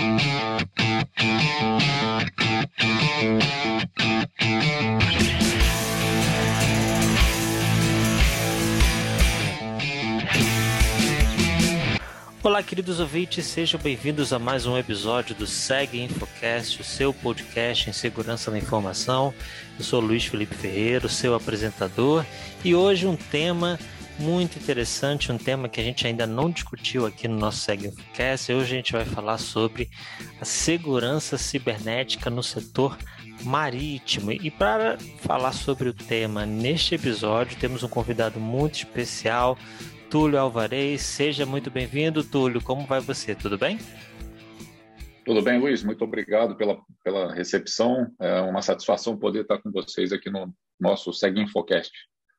Olá, queridos ouvintes, sejam bem-vindos a mais um episódio do Seg Infocast, o seu podcast em segurança da informação. Eu sou Luiz Felipe Ferreira, o seu apresentador, e hoje um tema muito interessante, um tema que a gente ainda não discutiu aqui no nosso Seg Infocast. Hoje a gente vai falar sobre a segurança cibernética no setor marítimo. E para falar sobre o tema neste episódio, temos um convidado muito especial, Túlio Alvarez. Seja muito bem-vindo, Túlio. Como vai você? Tudo bem? Tudo bem, Luiz. Muito obrigado pela recepção. É uma satisfação poder estar com vocês aqui no nosso Seg Infocast.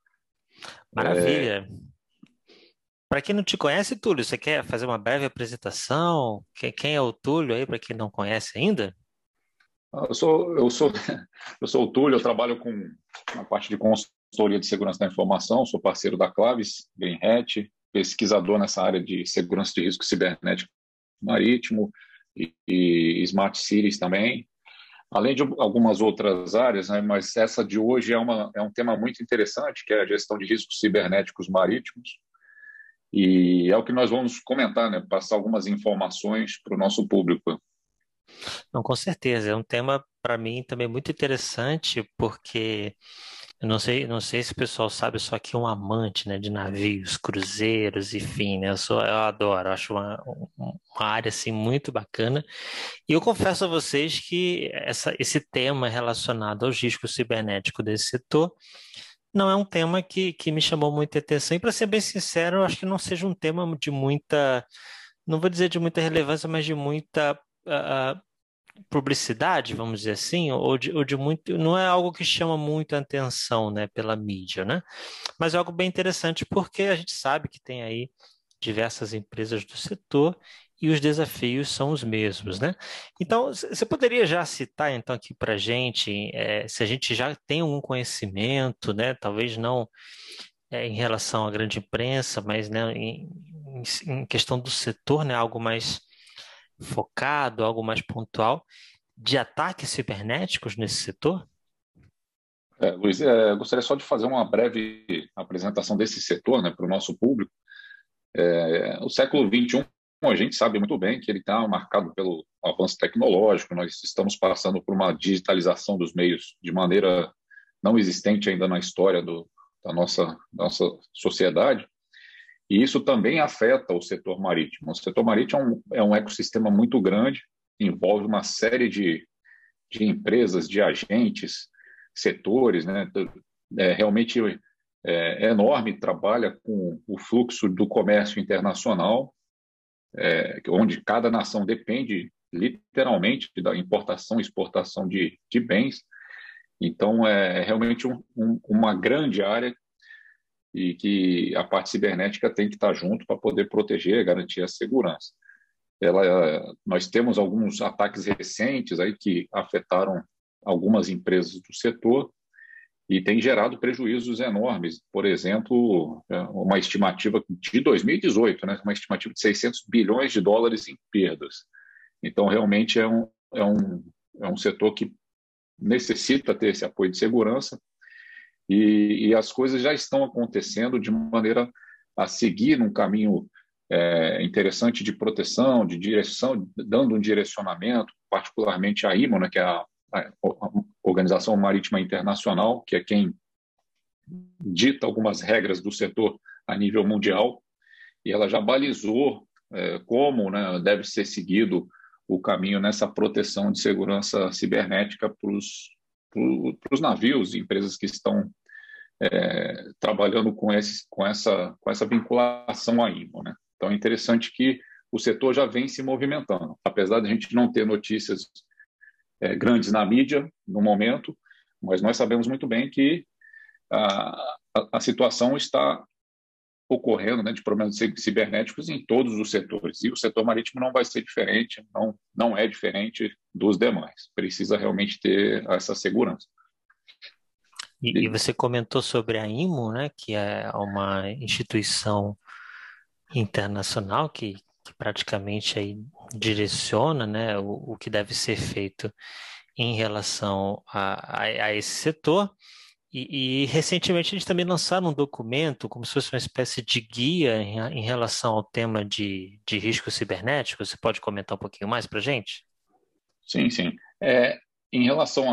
Maravilha. Para quem não te conhece, Túlio, você quer fazer uma breve apresentação? Quem é o Túlio aí, para quem não conhece ainda? Eu sou o Túlio, eu trabalho na parte de consultoria de segurança da informação, sou parceiro da Claves, Green Hat, pesquisador nessa área de segurança de risco cibernético marítimo e Smart Cities também, além de algumas outras áreas, né, mas essa de hoje é um tema muito interessante, que é a gestão de riscos cibernéticos marítimos, e é o que nós vamos comentar, né, passar algumas informações para o nosso público. Não, com certeza. É um tema, para mim, também muito interessante, porque eu não sei se o pessoal sabe, eu sou aqui um amante, né, de navios, cruzeiros, enfim, né? Eu adoro, acho uma área assim muito bacana. E eu confesso a vocês que esse tema relacionado aos riscos cibernéticos desse setor não é um tema que me chamou muita atenção. E para ser bem sincero, eu acho que não seja um tema de muita, não vou dizer de muita relevância, mas de muita publicidade, vamos dizer assim, ou de muito, não é algo que chama muito a atenção, né, pela mídia, né? Mas é algo bem interessante porque a gente sabe que tem aí diversas empresas do setor e os desafios são os mesmos, né? Então, você poderia já citar então aqui para a gente, se a gente já tem algum conhecimento, né? Talvez não em relação à grande imprensa, mas né, em questão do setor, né? Algo mais focado, algo mais pontual, de ataques cibernéticos nesse setor? Luiz, eu gostaria só de fazer uma breve apresentação desse setor, né, para o nosso público. O século XXI, a gente sabe muito bem que ele está marcado pelo avanço tecnológico, nós estamos passando por uma digitalização dos meios de maneira não existente ainda na história da nossa sociedade, e isso também afeta o setor marítimo. O setor marítimo é um ecossistema muito grande, envolve uma série de empresas, de agentes, setores, né? Realmente é enorme, trabalha com o fluxo do comércio internacional, onde cada nação depende literalmente da importação e exportação de bens. Então, é realmente uma grande área e que a parte cibernética tem que estar junto para poder proteger, garantir a segurança. Nós temos alguns ataques recentes aí que afetaram algumas empresas do setor e tem gerado prejuízos enormes. Por exemplo, uma estimativa de 2018, né, uma estimativa de 600 bilhões de dólares em perdas. Então, realmente é um setor que necessita ter esse apoio de segurança e as coisas já estão acontecendo de maneira a seguir num caminho interessante de proteção, de direção, dando um direcionamento, particularmente a IMO, né, que é a Organização Marítima Internacional, que é quem dita algumas regras do setor a nível mundial, e ela já balizou como, né, deve ser seguido o caminho nessa proteção de segurança cibernética para os navios e empresas que estão trabalhando com essa vinculação à IMO, né? Então é interessante que o setor já vem se movimentando, apesar de a gente não ter notícias grandes na mídia no momento, mas nós sabemos muito bem que a situação está ocorrendo, né, de problemas cibernéticos em todos os setores, e o setor marítimo não vai ser diferente, não é diferente dos demais, precisa realmente ter essa segurança. E você comentou sobre a IMO, né, que é uma instituição internacional que que praticamente aí direciona, né, o que deve ser feito em relação a esse setor. E recentemente eles também lançaram um documento, como se fosse uma espécie de guia em relação ao tema de risco cibernético. Você pode comentar um pouquinho mais para a gente? Sim, sim. Em relação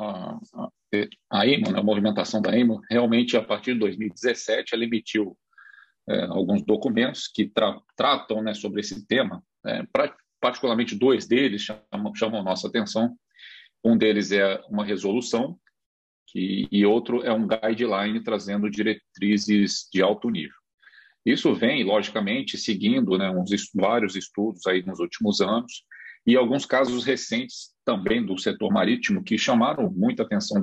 à IMO, né, a movimentação da IMO, realmente, a partir de 2017, ela emitiu alguns documentos que tratam, né, sobre esse tema. Particularmente, dois deles chamam a nossa atenção. Um deles é uma resolução e outro é um guideline trazendo diretrizes de alto nível. Isso vem, logicamente, seguindo, né, vários estudos aí nos últimos anos e alguns casos recentes também do setor marítimo que chamaram muita atenção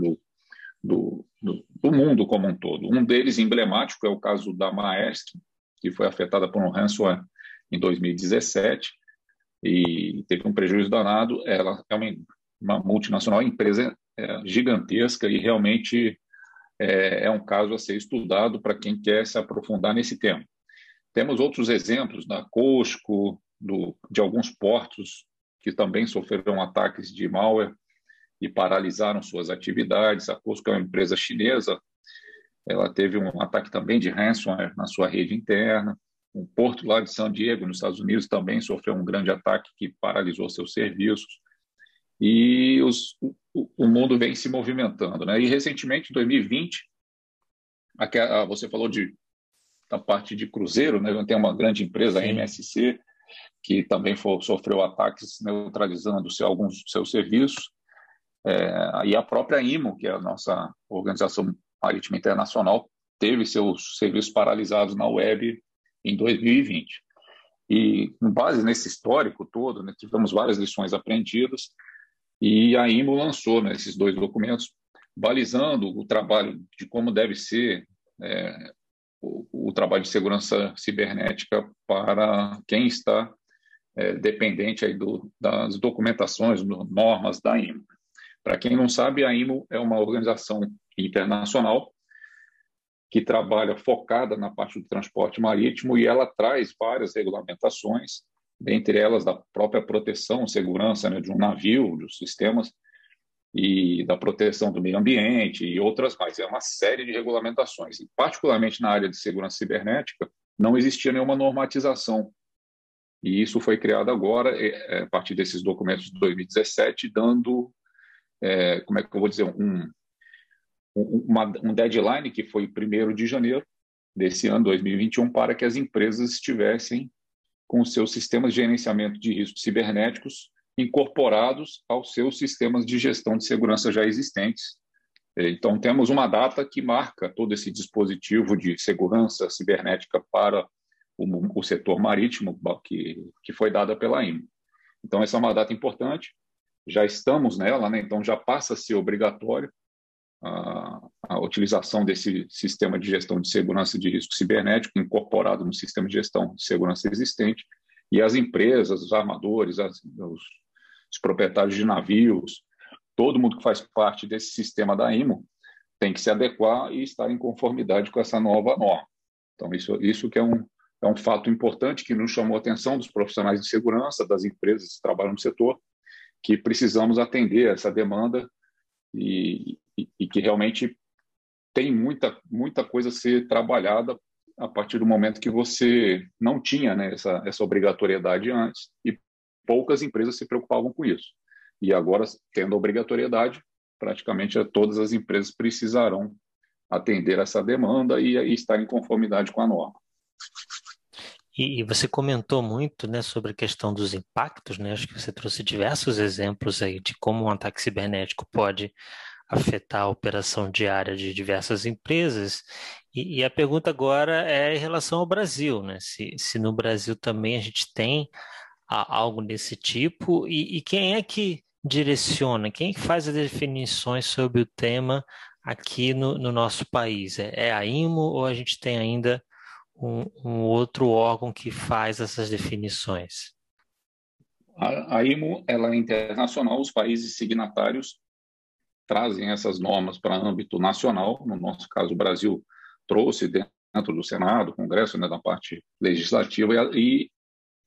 do mundo como um todo. Um deles emblemático é o caso da Maersk, que foi afetada por um ransomware em 2017 e teve um prejuízo danado. Ela é uma multinacional, empresa gigantesca e realmente é um caso a ser estudado para quem quer se aprofundar nesse tema. Temos outros exemplos da COSCO, de alguns portos que também sofreram ataques de malware e paralisaram suas atividades. A COSCO é uma empresa chinesa, ela teve um ataque também de ransomware na sua rede interna. Um porto lá de San Diego, nos Estados Unidos, também sofreu um grande ataque que paralisou seus serviços. E o mundo vem se movimentando, né? E recentemente, em 2020, você falou da parte de cruzeiro, né? Tem uma grande empresa, a MSC, que também sofreu ataques neutralizando alguns dos seus serviços. E a própria IMO, que é a nossa Organização Marítima Internacional, teve seus serviços paralisados na web em 2020. E, com base nesse histórico todo, né, tivemos várias lições aprendidas, e a IMO lançou, né, esses dois documentos, balizando o trabalho de como deve ser o trabalho de segurança cibernética para quem está dependente aí das documentações, normas da IMO. Para quem não sabe, a IMO é uma organização internacional que trabalha focada na parte do transporte marítimo e ela traz várias regulamentações, dentre elas da própria proteção, segurança, né, de um navio, dos sistemas, e da proteção do meio ambiente e outras mais. É uma série de regulamentações. E, particularmente na área de segurança cibernética, não existia nenhuma normatização. E isso foi criado agora, a partir desses documentos de 2017, dando, como é que eu vou dizer, um deadline, que foi 1º de janeiro desse ano, 2021, para que as empresas estivessem com os seus sistemas de gerenciamento de riscos cibernéticos incorporados aos seus sistemas de gestão de segurança já existentes. Então, temos uma data que marca todo esse dispositivo de segurança cibernética para o setor marítimo, que foi dada pela IMO. Então, essa é uma data importante, já estamos nela, né? Então já passa a ser obrigatório a utilização desse sistema de gestão de segurança de risco cibernético incorporado no sistema de gestão de segurança existente, e as empresas, os armadores, os proprietários de navios, todo mundo que faz parte desse sistema da IMO tem que se adequar e estar em conformidade com essa nova norma. Então, isso que é um fato importante que nos chamou a atenção dos profissionais de segurança, das empresas que trabalham no setor, que precisamos atender essa demanda e que realmente tem muita coisa a ser trabalhada a partir do momento que você não tinha, né, essa obrigatoriedade antes e poucas empresas se preocupavam com isso. E agora, tendo a obrigatoriedade, praticamente todas as empresas precisarão atender essa demanda e estar em conformidade com a norma. E você comentou muito, né, sobre a questão dos impactos, né? Acho que você trouxe diversos exemplos aí de como um ataque cibernético pode afetar a operação diária de diversas empresas. E a pergunta agora é em relação ao Brasil, né? Se no Brasil também a gente tem algo desse tipo e quem é que direciona, quem faz as definições sobre o tema aqui no nosso país? É a IMO ou a gente tem ainda um outro órgão que faz essas definições? A IMO ela é internacional, os países signatários trazem essas normas para âmbito nacional. No nosso caso, o Brasil trouxe dentro do Senado, Congresso, né, da parte legislativa, e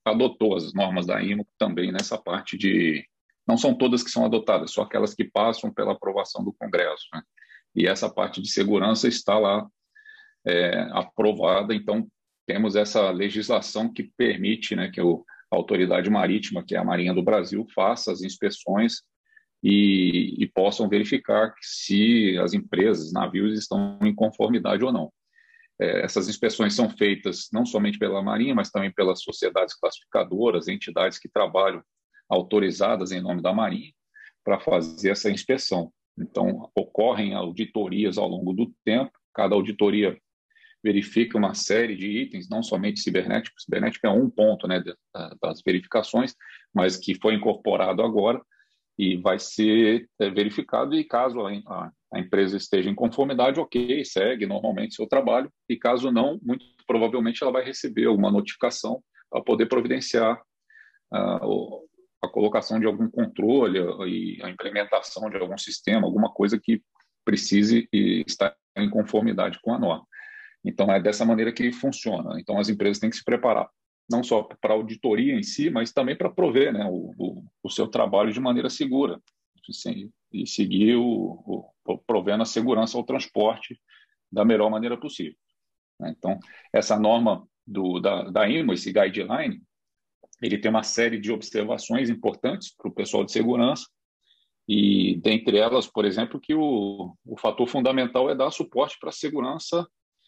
adotou as normas da IMO também nessa parte de... Não são todas que são adotadas, só aquelas que passam pela aprovação do Congresso, né? E essa parte de segurança está lá aprovada, então temos essa legislação que permite, né, que a autoridade marítima, que é a Marinha do Brasil, faça as inspeções e possam verificar se as empresas, navios estão em conformidade ou não. Essas inspeções são feitas não somente pela Marinha, mas também pelas sociedades classificadoras, entidades que trabalham autorizadas em nome da Marinha para fazer essa inspeção. Então, ocorrem auditorias ao longo do tempo, cada auditoria verifica uma série de itens, não somente cibernético. Cibernético é um ponto, né, das verificações, mas que foi incorporado agora e vai ser verificado, e caso a empresa esteja em conformidade, ok, segue normalmente seu trabalho, e caso não, muito provavelmente ela vai receber alguma notificação para poder providenciar a colocação de algum controle e a implementação de algum sistema, alguma coisa que precise estar em conformidade com a norma. Então, é dessa maneira que funciona. Então, as empresas têm que se preparar, não só para a auditoria em si, mas também para prover, né, o seu trabalho de maneira segura e seguir provendo a segurança ao transporte da melhor maneira possível. Então, essa norma da IMO, esse guideline, ele tem uma série de observações importantes para o pessoal de segurança, e dentre elas, por exemplo, que o fator fundamental é dar suporte para a segurança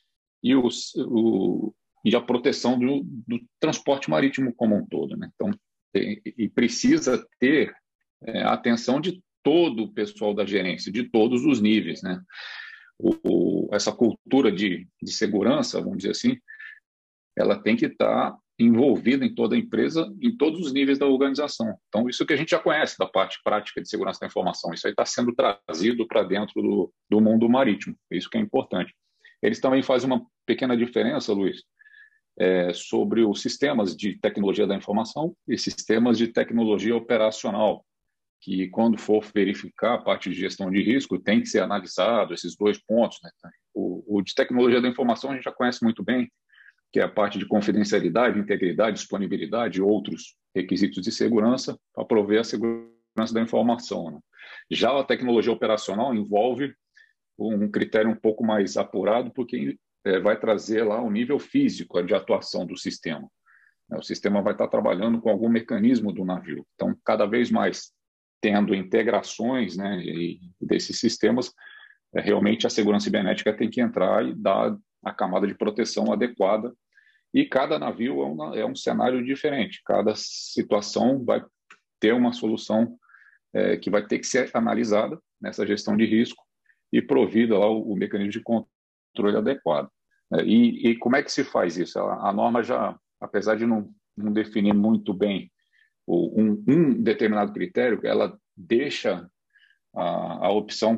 e a proteção do transporte marítimo como um todo, né? Então, e precisa ter a atenção de todo o pessoal da gerência, de todos os níveis, né? Essa cultura de segurança, vamos dizer assim, ela tem que estar envolvida em toda a empresa, em todos os níveis da organização. Então, isso que a gente já conhece da parte prática de segurança da informação, isso aí está sendo trazido para dentro do mundo marítimo, isso que é importante. Eles também fazem uma pequena diferença, Luiz, sobre os sistemas de tecnologia da informação e sistemas de tecnologia operacional, que quando for verificar a parte de gestão de risco, tem que ser analisado esses dois pontos, né? O de tecnologia da informação a gente já conhece muito bem, que é a parte de confidencialidade, integridade, disponibilidade e outros requisitos de segurança para prover a segurança da informação, né? Já a tecnologia operacional envolve um critério um pouco mais apurado, porque vai trazer lá o nível físico de atuação do sistema. O sistema vai estar trabalhando com algum mecanismo do navio. Então, cada vez mais tendo integrações, né, desses sistemas, realmente a segurança cibernética tem que entrar e dar a camada de proteção adequada. E cada navio é um cenário diferente. Cada situação vai ter uma solução que vai ter que ser analisada nessa gestão de risco e provida lá o mecanismo de controle adequado. E como é que se faz isso? A norma já, apesar de não definir muito bem um determinado critério, ela deixa a opção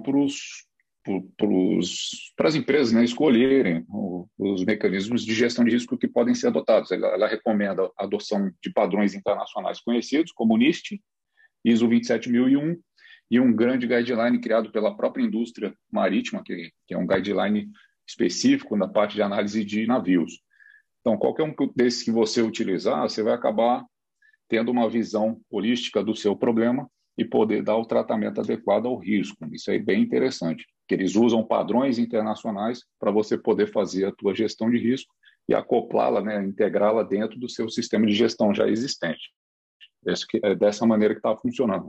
para as empresas, né, escolherem os mecanismos de gestão de risco que podem ser adotados. Ela recomenda a adoção de padrões internacionais conhecidos, como o NIST, ISO 27001, e um grande guideline criado pela própria indústria marítima, que é um guideline específico na parte de análise de navios. Então, qualquer um desses que você utilizar, você vai acabar tendo uma visão holística do seu problema e poder dar o tratamento adequado ao risco. Isso é bem interessante, que eles usam padrões internacionais para você poder fazer a tua gestão de risco e acoplá-la, né, integrá-la dentro do seu sistema de gestão já existente. É dessa maneira que está funcionando.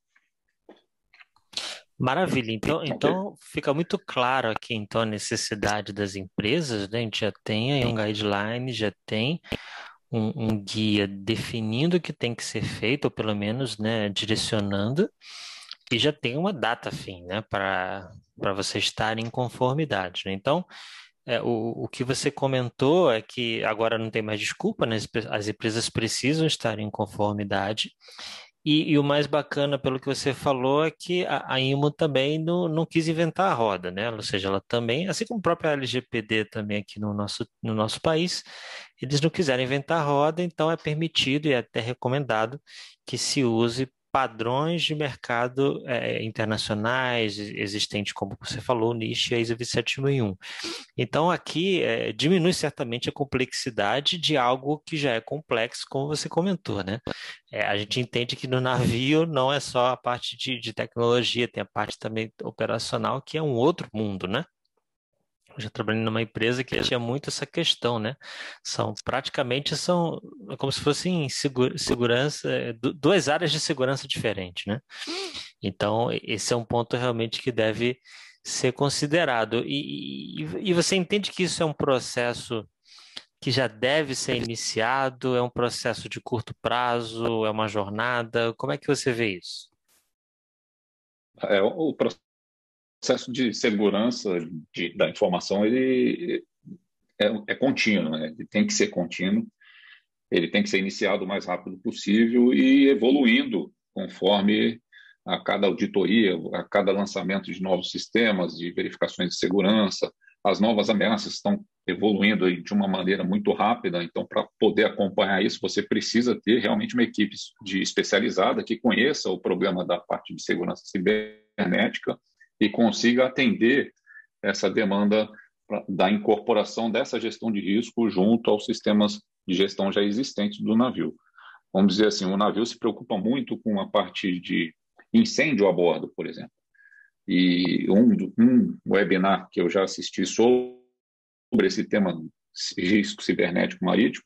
Maravilha. Então fica muito claro aqui então a necessidade das empresas, né? A gente já tem aí um guideline, já tem um guia definindo o que tem que ser feito, ou pelo menos, né, direcionando, e já tem uma data fim, né, para você estar em conformidade, né? Então, o que você comentou é que agora não tem mais desculpa, né? As empresas precisam estar em conformidade. E o mais bacana, pelo que você falou, é que a IMO também não quis inventar a roda, né? Ou seja, ela também, assim como a própria LGPD também aqui no nosso país, eles não quiseram inventar a roda, então é permitido e é até recomendado que se use padrões de mercado internacionais existentes, como você falou, o NIST e a ISO 27001. Então, aqui diminui certamente a complexidade de algo que já é complexo, como você comentou, né? A gente entende que no navio não é só a parte de tecnologia, tem a parte também operacional, que é um outro mundo, né? Eu já trabalhei numa empresa que tinha muito essa questão, né? São como se fossem segurança, duas áreas de segurança diferentes, né? Então, esse é um ponto realmente que deve ser considerado. E você entende que isso é um processo que já deve ser iniciado? É um processo de curto prazo? É uma jornada? Como é que você vê isso? O processo de segurança da informação ele é contínuo, né? Ele tem que ser contínuo, ele tem que ser iniciado o mais rápido possível e evoluindo conforme a cada auditoria, a cada lançamento de novos sistemas, de verificações de segurança. As novas ameaças estão evoluindo de uma maneira muito rápida, então, para poder acompanhar isso, você precisa ter realmente uma equipe especializada que conheça o problema da parte de segurança cibernética e consiga atender essa demanda da incorporação dessa gestão de risco junto aos sistemas de gestão já existentes do navio. Vamos dizer assim, o navio se preocupa muito com a parte de incêndio a bordo, por exemplo. E um webinar que eu já assisti sobre esse tema risco cibernético marítimo,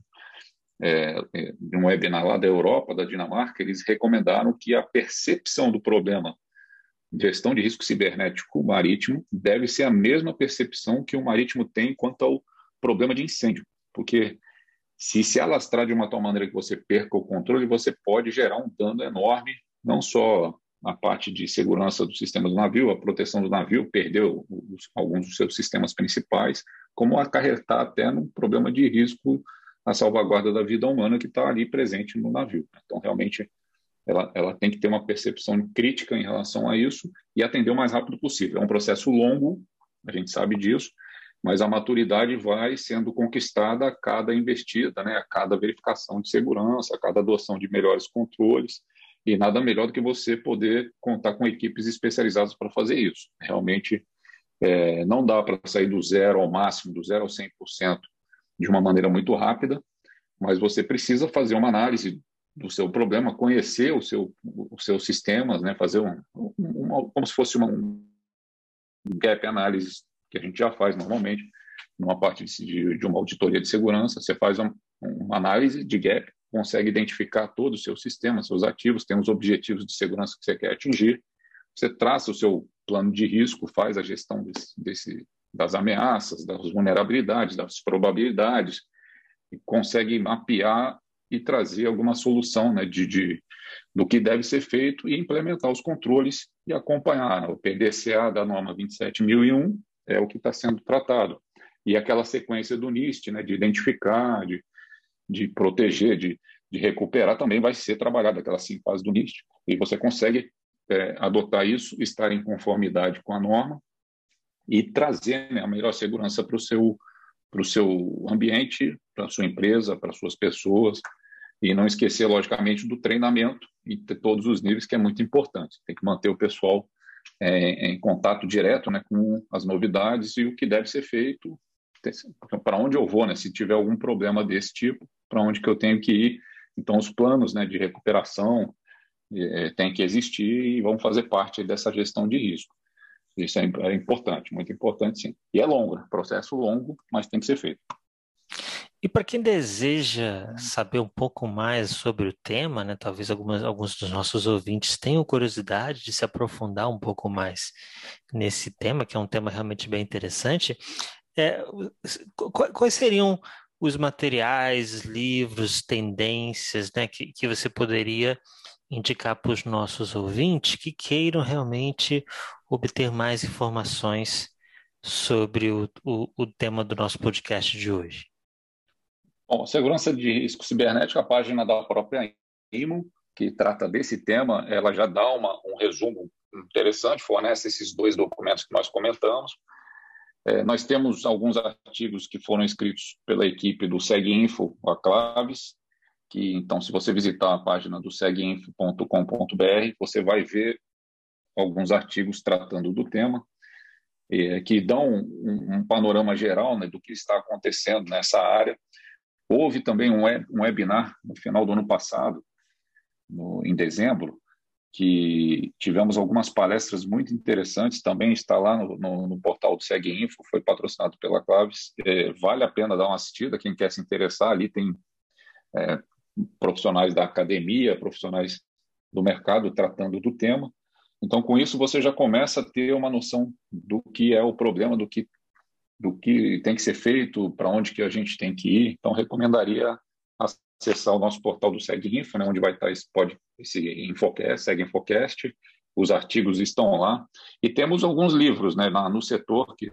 um webinar lá da Europa, da Dinamarca, eles recomendaram que a percepção do problema de gestão de risco cibernético marítimo deve ser a mesma percepção que o marítimo tem quanto ao problema de incêndio, porque se alastrar de uma tal maneira que você perca o controle, você pode gerar um dano enorme, não só na parte de segurança do sistema do navio, a proteção do navio, perdeu alguns dos seus sistemas principais, como acarretar até num problema de risco à salvaguarda da vida humana que está ali presente no navio. Então, realmente, ela tem que ter uma percepção crítica em relação a isso e atender o mais rápido possível. É um processo longo, a gente sabe disso, mas a maturidade vai sendo conquistada a cada investida, né? A cada verificação de segurança, a cada adoção de melhores controles, e nada melhor do que você poder contar com equipes especializadas para fazer isso. Realmente, não dá para sair do zero ao máximo, do zero ao 100% de uma maneira muito rápida, mas você precisa fazer uma análise do seu problema, conhecer os seus sistemas, né? Fazer como se fosse um gap analysis que a gente já faz normalmente, numa parte de uma auditoria de segurança. Você faz uma análise de gap, consegue identificar todos os seus sistemas, seus ativos, tem os objetivos de segurança que você quer atingir, você traça o seu plano de risco, faz a gestão das ameaças, das vulnerabilidades, das probabilidades, e consegue mapear e trazer alguma solução, né, do que deve ser feito e implementar os controles e acompanhar. O PDCA da norma 27001 é o que está sendo tratado. E aquela sequência do NIST, né, de identificar, de proteger, de recuperar, também vai ser trabalhada, aquela 5 fases do NIST. E você consegue adotar isso, estar em conformidade com a norma e trazer, né, a melhor segurança para o seu ambiente, para a sua empresa, para as suas pessoas, e não esquecer, logicamente, do treinamento em todos os níveis, que é muito importante. Tem que manter o pessoal em contato direto, né, com as novidades e o que deve ser feito, para onde eu vou, né, se tiver algum problema desse tipo, para onde que eu tenho que ir. Então, os planos, né, de recuperação têm que existir e vão fazer parte dessa gestão de risco. Isso é importante, muito importante, sim. E é longo, né? Processo longo, mas tem que ser feito. E para quem deseja saber um pouco mais sobre o tema, né, talvez alguns dos nossos ouvintes tenham curiosidade de se aprofundar um pouco mais nesse tema, que é um tema realmente bem interessante, quais seriam os materiais, livros, tendências, né, que você poderia indicar para os nossos ouvintes que queiram realmente obter mais informações sobre o tema do nosso podcast de hoje? Bom, segurança de risco cibernético, a página da própria IMO, que trata desse tema, ela já dá um resumo interessante, fornece esses 2 documentos que nós comentamos. Nós temos alguns artigos que foram escritos pela equipe do SegInfo, a Claves, que então, se você visitar a página do seguinfo.com.br, você vai ver alguns artigos tratando do tema, que dão um panorama geral, né, do que está acontecendo nessa área. Houve também um webinar no final do ano passado, em dezembro, que tivemos algumas palestras muito interessantes, também está lá no portal do SegInfo, foi patrocinado pela Claves. Vale a pena dar uma assistida, quem quer se interessar, ali tem profissionais da academia, profissionais do mercado tratando do tema. Então, com isso, você já começa a ter uma noção do que é o problema, do que tem que ser feito, para onde que a gente tem que ir. Então, recomendaria acessar o nosso portal do SegInfo, né, onde vai estar esse Infocast, SegInfocast. Os artigos estão lá. E temos alguns livros, né, no setor que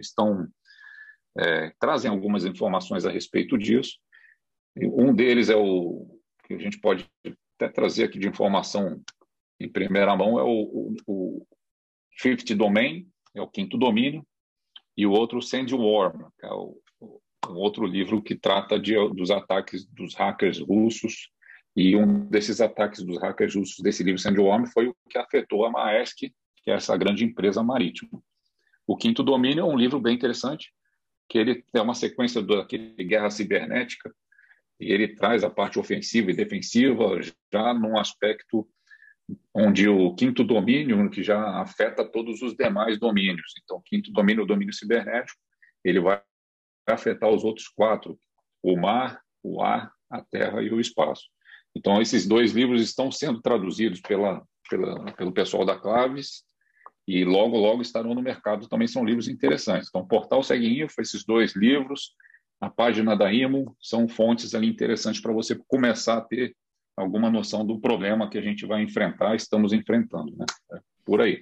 trazem algumas informações a respeito disso. Um deles é o que a gente pode até trazer aqui de informação em primeira mão, é o Fifth Domain, é o quinto domínio, e o outro, Sandworm, que é um outro livro que trata dos ataques dos hackers russos, e um desses ataques dos hackers russos desse livro, Sandworm, foi o que afetou a Maersk, que é essa grande empresa marítima. O quinto domínio é um livro bem interessante, que ele é uma sequência daquele Guerra Cibernética, e ele traz a parte ofensiva e defensiva já num aspecto onde o quinto domínio, que já afeta todos os demais domínios. Então, o quinto domínio, o domínio cibernético, ele vai afetar os outros quatro: o mar, o ar, a terra e o espaço. Então, esses dois livros estão sendo traduzidos pelo pessoal da Claves e logo estarão no mercado. Também são livros interessantes. Então, o portal SegInfo, esses dois livros, a página da IMO, são fontes ali interessantes para você começar a ter alguma noção do problema que a gente vai enfrentar, estamos enfrentando, né? Por aí.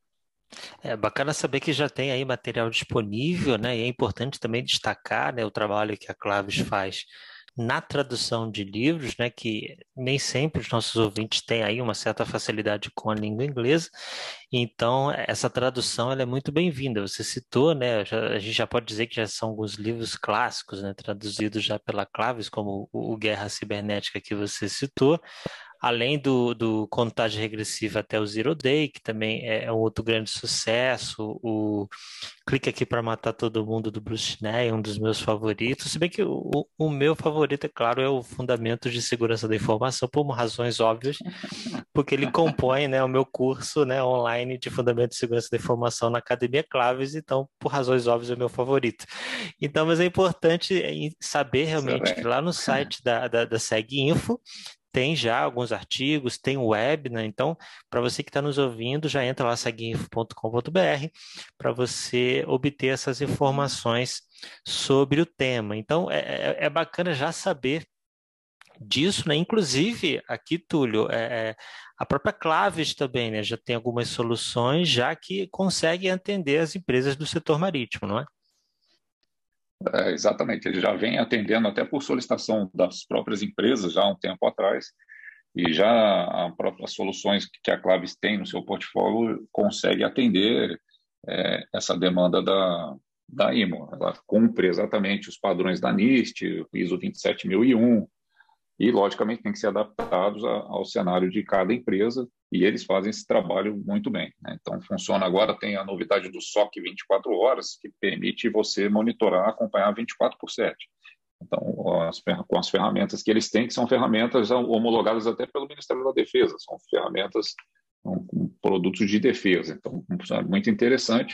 É bacana saber que já tem aí material disponível, né? E é importante também destacar, né, o trabalho que a Claves faz na tradução de livros, né? Que nem sempre os nossos ouvintes têm aí uma certa facilidade com a língua inglesa. Então, essa tradução ela é muito bem-vinda. Você citou, né? A gente já pode dizer que já são alguns livros clássicos, né? Traduzidos já pela Claves, como o Guerra Cibernética que você citou. Além do Contagem Regressiva até o Zero Day, que também é um outro grande sucesso, o Clique Aqui para Matar Todo Mundo, do Bruce Schneier, é um dos meus favoritos, se bem que o meu favorito, é claro, é o Fundamentos de Segurança da Informação, por razões óbvias, porque ele compõe, né, o meu curso, né, online de Fundamentos de Segurança da Informação na Academia Claves, então, por razões óbvias, é o meu favorito. Então, mas é importante saber realmente que lá no site da SegInfo, tem já alguns artigos, tem web, né? Então, para você que está nos ouvindo, já entra lá, seguinfo.com.br, para você obter essas informações sobre o tema. Então, é bacana já saber disso, né? Inclusive, aqui, Túlio, a própria Claves também, né? Já tem algumas soluções já que conseguem atender as empresas do setor marítimo, não é? Exatamente, ele já vem atendendo até por solicitação das próprias empresas já há um tempo atrás, e já as soluções que a Claves tem no seu portfólio consegue atender essa demanda da IMO. Ela cumpre exatamente os padrões da NIST, o ISO 27001, e, logicamente, tem que ser adaptados ao cenário de cada empresa, e eles fazem esse trabalho muito bem, né? Então, funciona agora, tem a novidade do SOC 24 horas, que permite você monitorar, acompanhar 24/7. Então, com as ferramentas que eles têm, que são ferramentas homologadas até pelo Ministério da Defesa, são ferramentas com produtos de defesa. Então, é muito interessante,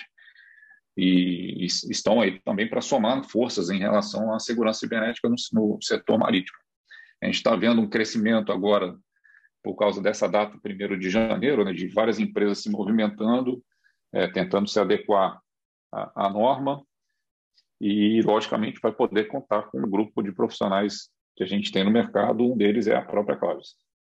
e estão aí também para somar forças em relação à segurança cibernética no setor marítimo. A gente está vendo um crescimento agora, por causa dessa data, 1º de janeiro, né, de várias empresas se movimentando, tentando se adequar à norma, e, logicamente, vai poder contar com um grupo de profissionais que a gente tem no mercado, um deles é a própria Claves.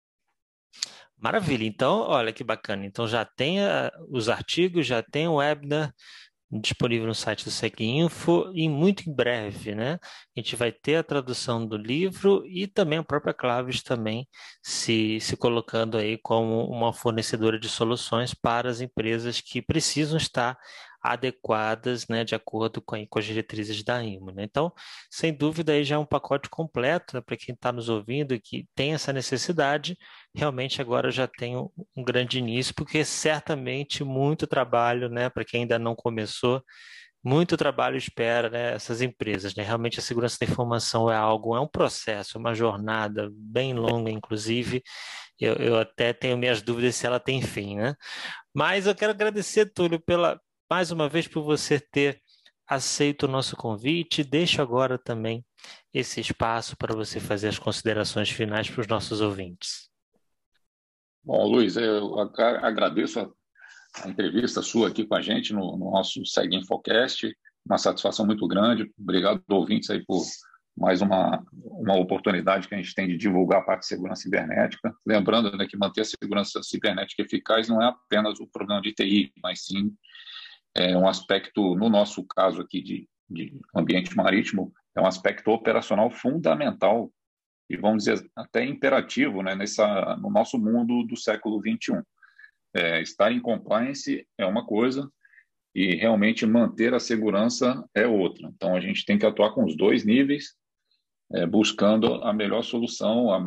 Maravilha, então, olha que bacana. Então já tem os artigos, já tem o webinar disponível no site do SegInfo, e muito em breve, né? A gente vai ter a tradução do livro e também a própria Claves também se colocando aí como uma fornecedora de soluções para as empresas que precisam estar adequadas, né, de acordo com as diretrizes da IMO, né? Então, sem dúvida, aí já é um pacote completo, né, para quem está nos ouvindo e que tem essa necessidade, realmente agora já tem um grande início, porque certamente muito trabalho, né, para quem ainda não começou, muito trabalho espera, né, essas empresas, né? Realmente a segurança da informação é um processo, uma jornada bem longa, inclusive. Eu até tenho minhas dúvidas se ela tem fim, né? Mas eu quero agradecer, Túlio, mais uma vez por você ter aceito o nosso convite. Deixo agora também esse espaço para você fazer as considerações finais para os nossos ouvintes. Bom, Luiz, eu agradeço a entrevista sua aqui com a gente no nosso Segue Infocast. Uma satisfação muito grande. Obrigado, ouvintes, aí, por mais uma oportunidade que a gente tem de divulgar a parte de segurança cibernética. Lembrando, né, que manter a segurança cibernética eficaz não é apenas o problema de TI, mas sim um aspecto, no nosso caso aqui de ambiente marítimo, é um aspecto operacional fundamental e, vamos dizer, até imperativo, né, no nosso mundo do século XXI. Estar em compliance é uma coisa e realmente manter a segurança é outra. Então, a gente tem que atuar com os dois níveis, buscando a melhor solução, o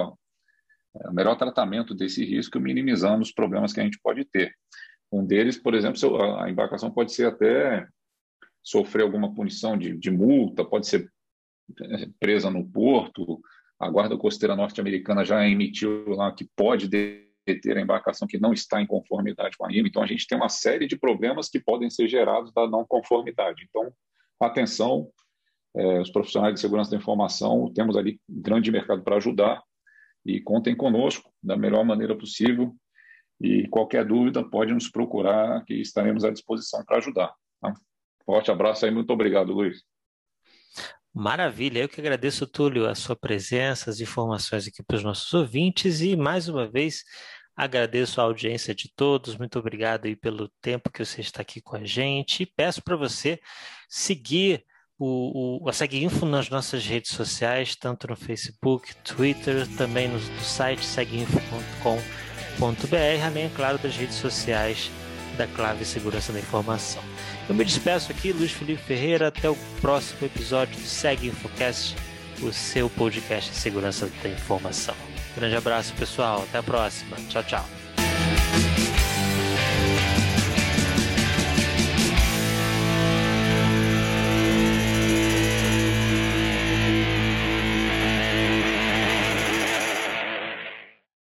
melhor tratamento desse risco, minimizando os problemas que a gente pode ter. Um deles, por exemplo, a embarcação pode ser até sofrer alguma punição de multa, pode ser presa no porto. A Guarda Costeira norte-americana já emitiu lá que pode deter a embarcação que não está em conformidade com a IMO. Então, a gente tem uma série de problemas que podem ser gerados da não conformidade. Então, atenção, os profissionais de segurança da informação, temos ali um grande mercado para ajudar e contem conosco da melhor maneira possível. E qualquer dúvida pode nos procurar, que estaremos à disposição para ajudar. Tá? Forte abraço aí, muito obrigado, Luiz. Maravilha, eu que agradeço, Túlio, a sua presença, as informações aqui para os nossos ouvintes e, mais uma vez, agradeço a audiência de todos, muito obrigado aí pelo tempo que você está aqui com a gente e peço para você seguir a SegInfo nas nossas redes sociais, tanto no Facebook, Twitter, também no site seguinfo.com.br, além, é claro, das redes sociais da Clave Segurança da Informação. Eu me despeço aqui, Luiz Felipe Ferreira, até o próximo episódio do Segue Infocast, o seu podcast de segurança da informação. Grande abraço, pessoal, até a próxima, tchau, tchau.